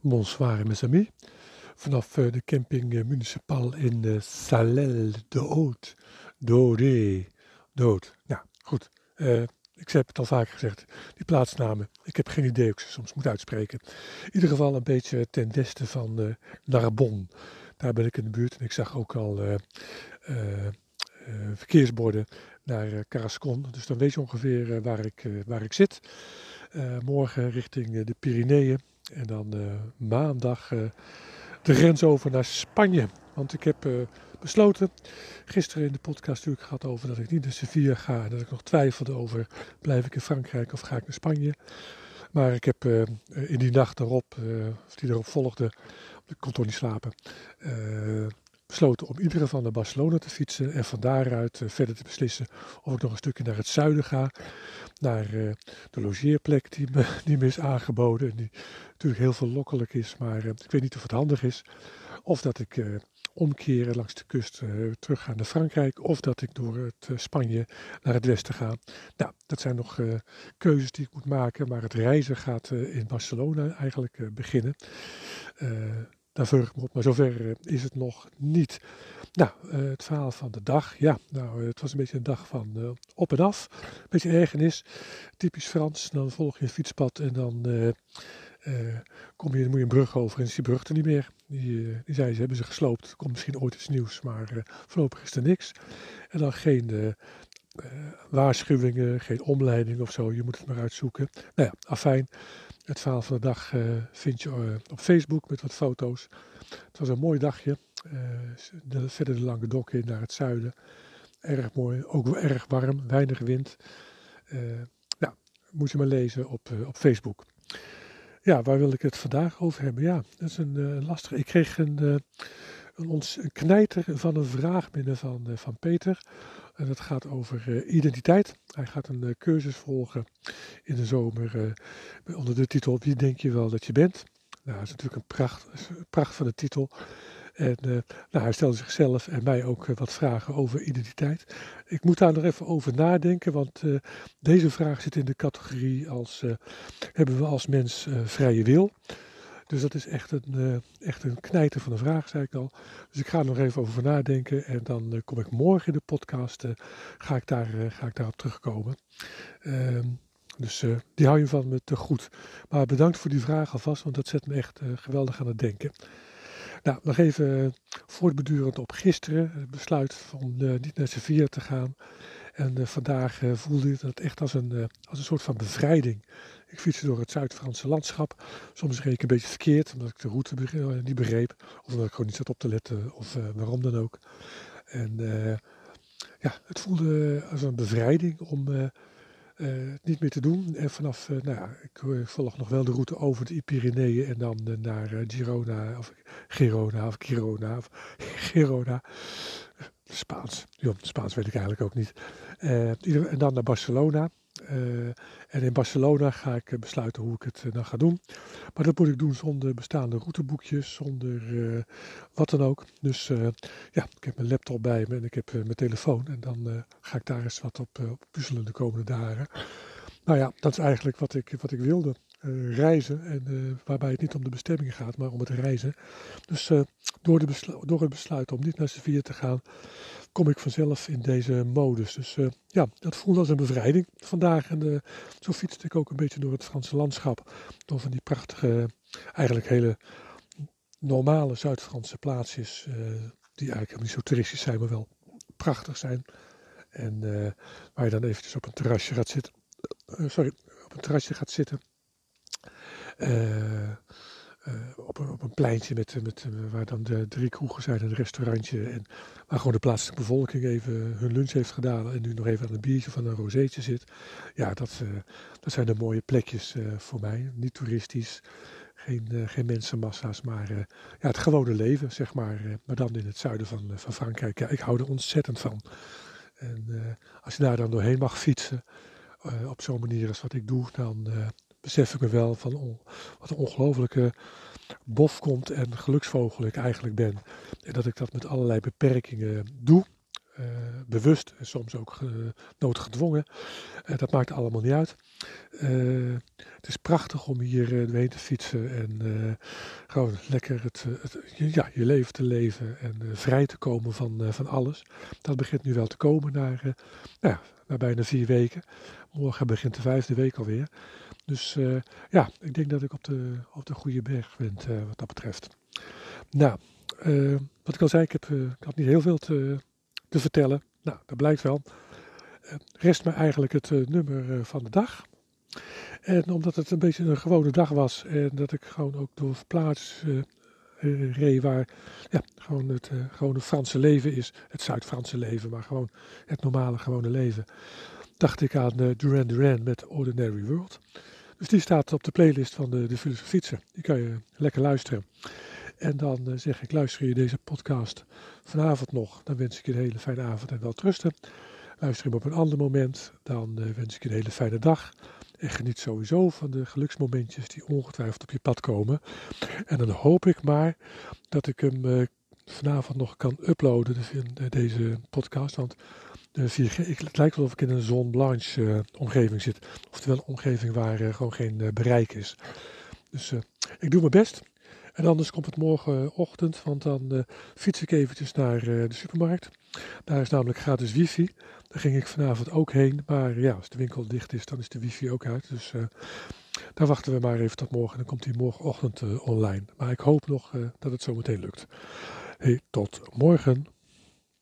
Bonsoir mes amis, vanaf de camping municipal in Salelles de Haute, Dood. Nou, goed. Ik heb het al vaker gezegd, die plaatsnamen, ik heb geen idee hoe ik ze soms moet uitspreken. In ieder geval een beetje ten westen van Narbonne. Daar ben ik in de buurt en ik zag ook al verkeersborden naar Carascon. Dus dan weet je ongeveer waar ik zit. Morgen richting de Pyreneeën. En dan maandag de grens over naar Spanje. Want ik heb besloten, gisteren in de podcast natuurlijk gehad over dat ik niet naar Sevilla ga. En dat ik nog twijfelde over, blijf ik in Frankrijk of ga ik naar Spanje. Maar ik heb in die nacht daarop, of die erop volgde, ik kon toch niet slapen, besloten om in ieder geval naar Barcelona te fietsen. En van daaruit verder te beslissen of ik nog een stukje naar het zuiden ga. Naar de logeerplek die me is aangeboden. En die natuurlijk heel verlokkelijk is, maar ik weet niet of het handig is. Of dat ik omkeren langs de kust terug ga naar Frankrijk. Of dat ik door het Spanje naar het westen ga. Nou, dat zijn nog keuzes die ik moet maken. Maar het reizen gaat in Barcelona eigenlijk beginnen. Daar verheug ik me op, maar zover is het nog niet. Nou, het verhaal van de dag. Ja, nou, het was een beetje een dag van op en af. Een beetje ergernis. Typisch Frans. Dan volg je een fietspad en dan moet je een brug over en is die brug er niet meer. Die zei ze, hebben ze gesloopt. Er komt misschien ooit iets nieuws, maar voorlopig is er niks. En dan geen waarschuwingen, geen omleiding of zo. Je moet het maar uitzoeken. Nou ja, afijn. Het verhaal van de dag vind je op Facebook met wat foto's. Het was een mooi dagje. Verder de Languedoc in naar het zuiden. Erg mooi, ook wel erg warm, weinig wind. Nou, moet je maar lezen op Facebook. Ja, waar wil ik het vandaag over hebben? Ja, dat is een lastige. Ik kreeg een knijter van een vraag binnen van Peter. En dat gaat over identiteit. Hij gaat een cursus volgen in de zomer onder de titel Wie denk je wel dat je bent? Nou, dat is natuurlijk een pracht van de titel. En hij stelde zichzelf en mij ook wat vragen over identiteit. Ik moet daar nog even over nadenken, want deze vraag zit in de categorie als hebben we als mens vrije wil? Dus dat is echt een knijter van een vraag, zei ik al. Dus ik ga er nog even over nadenken en dan kom ik morgen in de podcast, ga ik daarop terugkomen. Dus die hou je van me te goed. Maar bedankt voor die vraag alvast, want dat zet me echt geweldig aan het denken. Nou, nog even voortbedurend op gisteren. Het besluit van niet naar Sevilla te gaan. En vandaag voelde ik dat echt als een soort van bevrijding. Ik fietste door het Zuid-Franse landschap. Soms reed ik een beetje verkeerd, omdat ik de route niet begreep. Of omdat ik gewoon niet zat op te letten, of waarom dan ook. En het voelde als een bevrijding om het niet meer te doen. En vanaf, ik volg nog wel de route over de Pyreneeën en dan naar Girona. Spaans weet ik eigenlijk ook niet. En dan naar Barcelona. En in Barcelona ga ik besluiten hoe ik het dan ga doen. Maar dat moet ik doen zonder bestaande routeboekjes, zonder wat dan ook. Dus ik heb mijn laptop bij me en ik heb mijn telefoon. En dan ga ik daar eens wat op puzzelen de komende dagen. Nou ja, dat is eigenlijk wat ik wilde. Reizen, en waarbij het niet om de bestemming gaat, maar om het reizen. Dus door het besluit om niet naar Sevilla te gaan, kom ik vanzelf in deze modus. Dus dat voelde als een bevrijding vandaag. En zo fietste ik ook een beetje door het Franse landschap. Door van die prachtige, eigenlijk hele normale Zuid-Franse plaatsjes, die eigenlijk helemaal niet zo toeristisch zijn, maar wel prachtig zijn. En waar je dan eventjes op een terrasje gaat zitten. Op een pleintje waar dan de 3 kroegen zijn en een restaurantje. En waar gewoon de plaatselijke bevolking even hun lunch heeft gedaan. En nu nog even aan een biertje van een rozeetje zit. Ja, dat zijn de mooie plekjes voor mij. Niet toeristisch. Geen mensenmassa's, maar het gewone leven, zeg maar. Maar dan in het zuiden van Frankrijk. Ja, ik hou er ontzettend van. En als je daar dan doorheen mag fietsen, op zo'n manier als wat ik doe, dan besef ik me wel van wat een ongelofelijke bofkont en geluksvogel ik eigenlijk ben. En dat ik dat met allerlei beperkingen doe. bewust en soms ook noodgedwongen. Dat maakt allemaal niet uit. Het is prachtig om hier doorheen te fietsen en gewoon lekker je leven te leven en vrij te komen van alles. Dat begint nu wel te komen na bijna 4 weken. Morgen begint de 5e week alweer. Dus ik denk dat ik op de goede berg ben wat dat betreft. Nou, wat ik al zei, ik had niet heel veel te vertellen. Nou, dat blijkt wel. Rest me eigenlijk het nummer van de dag. En omdat het een beetje een gewone dag was en dat ik gewoon ook door plaats reed waar gewoon het gewone Franse leven is. Het Zuid-Franse leven, maar gewoon het normale gewone leven. Dacht ik aan Duran Duran met Ordinary World. Dus die staat op de playlist van de Filosofie. Die kan je lekker luisteren. En dan zeg ik, luister je deze podcast vanavond nog, dan wens ik je een hele fijne avond en welterusten. Luister je hem op een ander moment, dan wens ik je een hele fijne dag. En geniet sowieso van de geluksmomentjes die ongetwijfeld op je pad komen. En dan hoop ik maar dat ik hem vanavond nog kan uploaden, deze podcast. Want de 4G, het lijkt wel of ik in een zone blanche omgeving zit. Oftewel een omgeving waar gewoon geen bereik is. Dus ik doe mijn best. En anders komt het morgenochtend, want dan fiets ik eventjes naar de supermarkt. Daar is namelijk gratis wifi. Daar ging ik vanavond ook heen. Maar ja, als de winkel dicht is, dan is de wifi ook uit. Dus daar wachten we maar even tot morgen. Dan komt hij morgenochtend online. Maar ik hoop nog dat het zo meteen lukt. Hey, tot morgen.